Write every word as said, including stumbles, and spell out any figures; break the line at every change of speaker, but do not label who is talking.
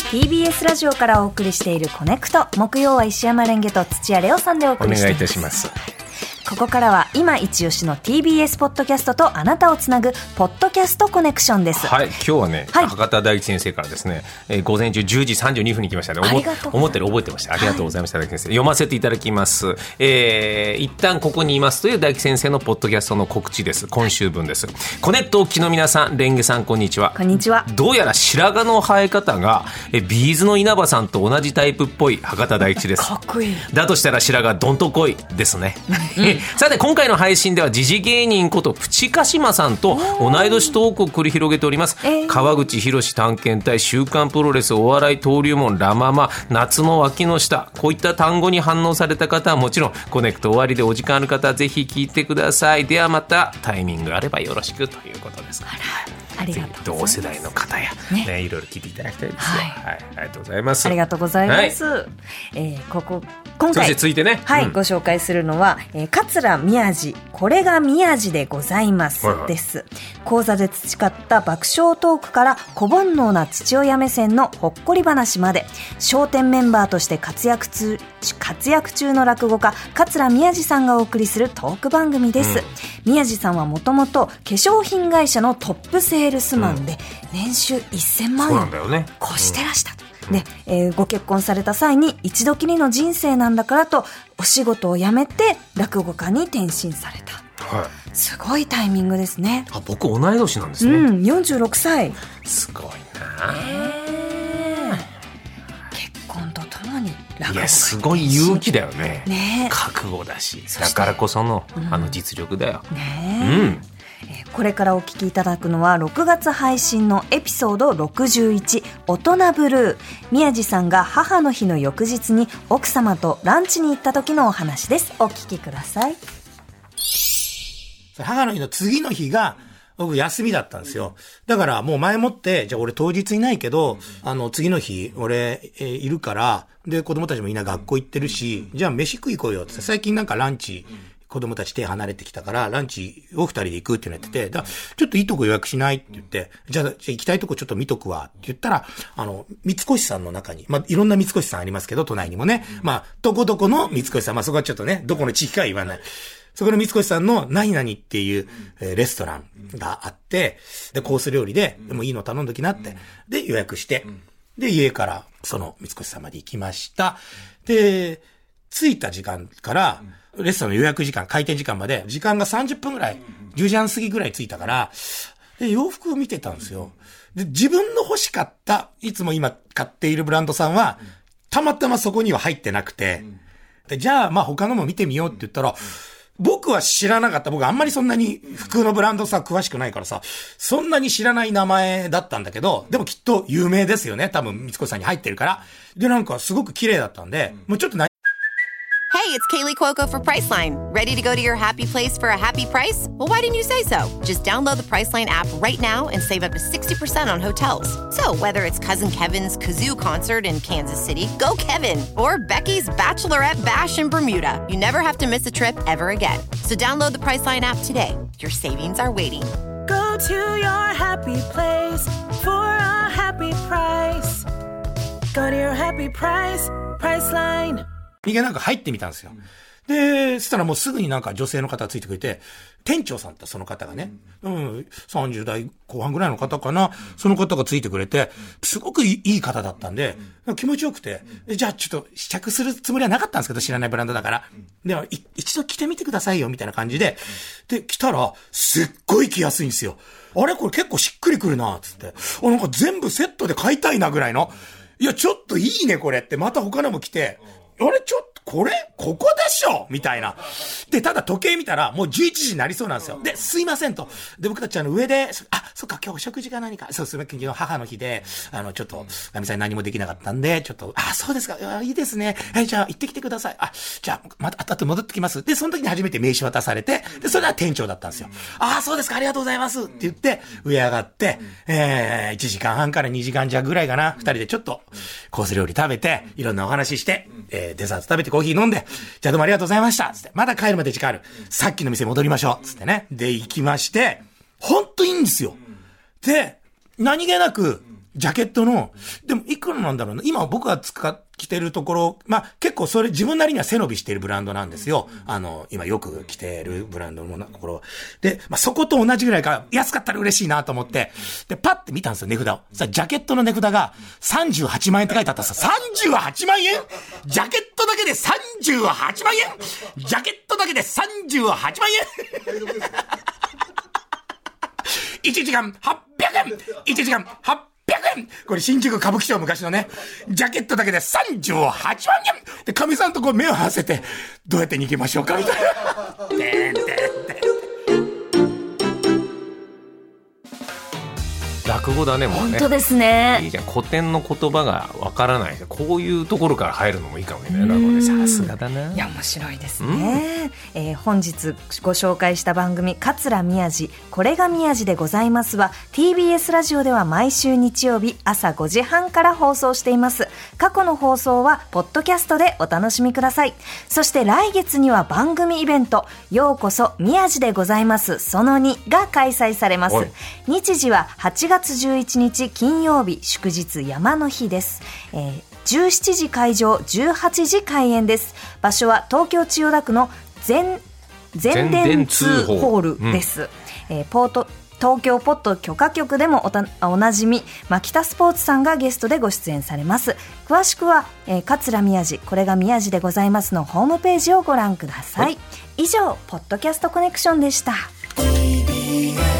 ティービーエス ラジオからお送りしているコネクト、木曜は石山レンゲと土屋レオさんでお送りしています。お願いいたします。ここからは今一押しの ティービーエス ポッドキャストとあなたをつなぐポッドキャストコネクションです。
はい、今日はね、はい、博多大吉先生からですね、えー、午前中じゅうじさんじゅうにふんに来ましたね。思ってる覚えてました。ありがとうございました、はい、大吉先生。読ませていただきます。えー、一旦ここにいますという大吉先生のポッドキャストの告知です。今週分です。コネットを機の皆さん、レンゲさんこんにちは。
こんにちは。ど
うやら白髪の生え方がえビーズの稲葉さんと同じタイプっぽい博多大吉です。
かっこいい。
だとしたら白髪どんとこいですね。さて今回の配信では時事芸人ことプチカシマさんと同い年トークを繰り広げております。えー、川口博探検隊、週刊プロレス、お笑い登竜門、ラママ、夏の脇の下、こういった単語に反応された方はもちろん、コネクト終わりでお時間ある方はぜひ聞いてください。ではまたタイミングあればよろしくということです。
ありがとうございます。
同世代の方や、ねね、いろいろ聞いていただきたいですよ。はい、はい、ありがとうございます。
ありがとうございます。はい、えー、ここ今回
そして続いてね、
はい、
うん、
ご紹介するのは、えー、桂宮治、これが宮治でございます、はいはい、です。講座で培った爆笑トークから小煩悩な父親目線のほっこり話まで、笑点メンバーとして活躍中活躍中の落語家桂宮治さんがお送りするトーク番組です。うん、宮治さんはもともと化粧品会社のトップセールスマンで、うん、年収せんまんえん越してらした。で、えー、ご結婚された際に一度きりの人生なんだからとお仕事を辞めて落語家に転身された。はい、すごいタイミングですね。
あ、僕同い年なんですね。
うん、よんじゅうろくさい。
すごいな、
えー、結婚とともに落語家。いや、
すごい勇気だよね。
ね、
覚悟だし、だからこその、うん、あの実力だよ。
ね、うん、これからお聞きいただくのはろくがつ配信のエピソードろくじゅういち、大人ブルー。宮治さんが母の日の翌日に奥様とランチに行った時のお話です。お聞きください。
母の日の次の日が僕休みだったんですよ。だからもう前もって、じゃあ俺当日いないけど、あの次の日俺、えー、いるから、で子供たちもみんな学校行ってるし、じゃあ飯食い行こうよって。最近なんかランチ、子供たち手離れてきたから、ランチを二人で行くってなってて、だちょっといいとこ予約しないって言って、じゃあ、じゃあ行きたいとこちょっと見とくわって言ったら、あの、三越さんの中に、まあ、いろんな三越さんありますけど、都内にもね、まあ、どこどこの三越さん、まあ、そこはちょっとね、どこの地域かは言わない。そこの三越さんの何々っていう、えー、レストランがあって、で、コース料理で、でもいいの頼んどきなって、で、予約して、で、家からその三越さんまで行きました。で、着いた時間から、レストランの予約時間、開店時間まで、時間がさんじゅっぷんぐらい、じゅうじはん過ぎぐらい着いたから、で、洋服を見てたんですよ。で、自分の欲しかった、いつも今買っているブランドさんは、たまたまそこには入ってなくて、で、じゃあ、まあ他のも見てみようって言ったら、僕は知らなかった。僕あんまりそんなに服のブランドさ詳しくないからさ、そんなに知らない名前だったんだけど、でもきっと有名ですよね。多分三越さんに入ってるから。で、なんかすごく綺麗だったんで、もうちょっと何
Hey, it's Kaylee Cuoco for Priceline. Ready to go to your happy place for a happy price? Well, why didn't you say so? Just download the Priceline app right now and save up to sixty percent on hotels. So whether it's Cousin Kevin's Kazoo Concert in Kansas City, go Kevin, or Becky's Bachelorette Bash in Bermuda, you never have to miss a trip ever again. So download the Priceline app today. Your savings are waiting.
Go to your happy place for a happy price. Go to your happy price, Priceline.
逃げなんか入ってみたんですよ。で、そしたらもうすぐになんか女性の方がついてくれて、店長さんってその方がね、うん、さんじゅう代後半ぐらいの方かな、その方がついてくれて、すごくいい方だったんで、気持ちよくて、じゃあちょっと試着するつもりはなかったんですけど、知らないブランドだから。でも、一度着てみてくださいよ、みたいな感じで。で、着たら、すっごい着やすいんですよ。あれこれ結構しっくりくるな、つって。あ、なんか全部セットで買いたいなぐらいの。いや、ちょっといいね、これって。また他のも着て、あれちょっと、これここでしょみたいな。で、ただ時計見たらもうじゅういちじになりそうなんですよ。で、すいませんと。で、僕たちあの上で、あ、そっか、今日お食事か何か。そうですね、昨日母の日で、あの、ちょっと、ガミさんに何もできなかったんで、ちょっと、あ、そうですか、いいですね。え、じゃあ行ってきてください。あ、じゃあ、また、あと戻ってきます。で、その時に初めて名刺渡されて、で、それは店長だったんですよ。あ、そうですか、ありがとうございます。って言って、上上がって、えー、いちじかんはんからにじかんじゃぐらいかな。二人でちょっと、コース料理食べて、いろんなお話して、えー、デザート食べてコーヒー飲んで、じゃあどうもありがとうございましたつって、まだ帰るまで時間ある。さっきの店戻りましょうつってね。で、行きまして、ほんといいんですよ。で、何気なく、 ジャケットの、でもいくらなんだろうな、今僕が使って着てるところ、まあ、結構それ自分なりには背伸びしてるブランドなんですよ。あの、今よく着てるブランドのところ。で、まあ、そこと同じぐらいから安かったら嬉しいなと思って、で、パッて見たんですよ、値札を。さ、ジャケットの値札がさんじゅうはちまんえんって書いてあったさ、さんじゅうはちまんえんジャケットだけでさんじゅうはちまんえんジャケットだけでさんじゅうはちまんえんいちじかんはっぴゃくえん !いちじかんはっぴゃくえんこれ新宿歌舞伎町昔のね、ジャケットだけでさんじゅうはちまんえんで、かみさんとこう目を合わせて、どうやって逃げましょうかみたいな。てんてんてん
落語だね、もうね。
本当ですね。
いいじゃん、古典の言葉がわからない。こういうところから入るのもいいかもね。落語でさすがだな。
いや、面白いですね。えー、本日ご紹介した番組、桂宮治これが宮治でございますは ティービーエス ラジオでは毎週日曜日朝ごじはんから放送しています。過去の放送はポッドキャストでお楽しみください。そして来月には番組イベント、ようこそ宮治でございますそのにが開催されます。日時ははちがつじゅういちにち金曜日、祝日山の日です。えーじゅうしちじ会場、じゅうはちじ開演です。場所は東京千代田区の全全電通ホールです。うん、えー、ポート東京ポット許可局でも お, たおなじみ牧田スポーツさんがゲストでご出演されます。詳しくは、えー、桂宮治これが宮治でございますのホームページをご覧ください。以上ポッドキャストコネクションでした。ティービーエス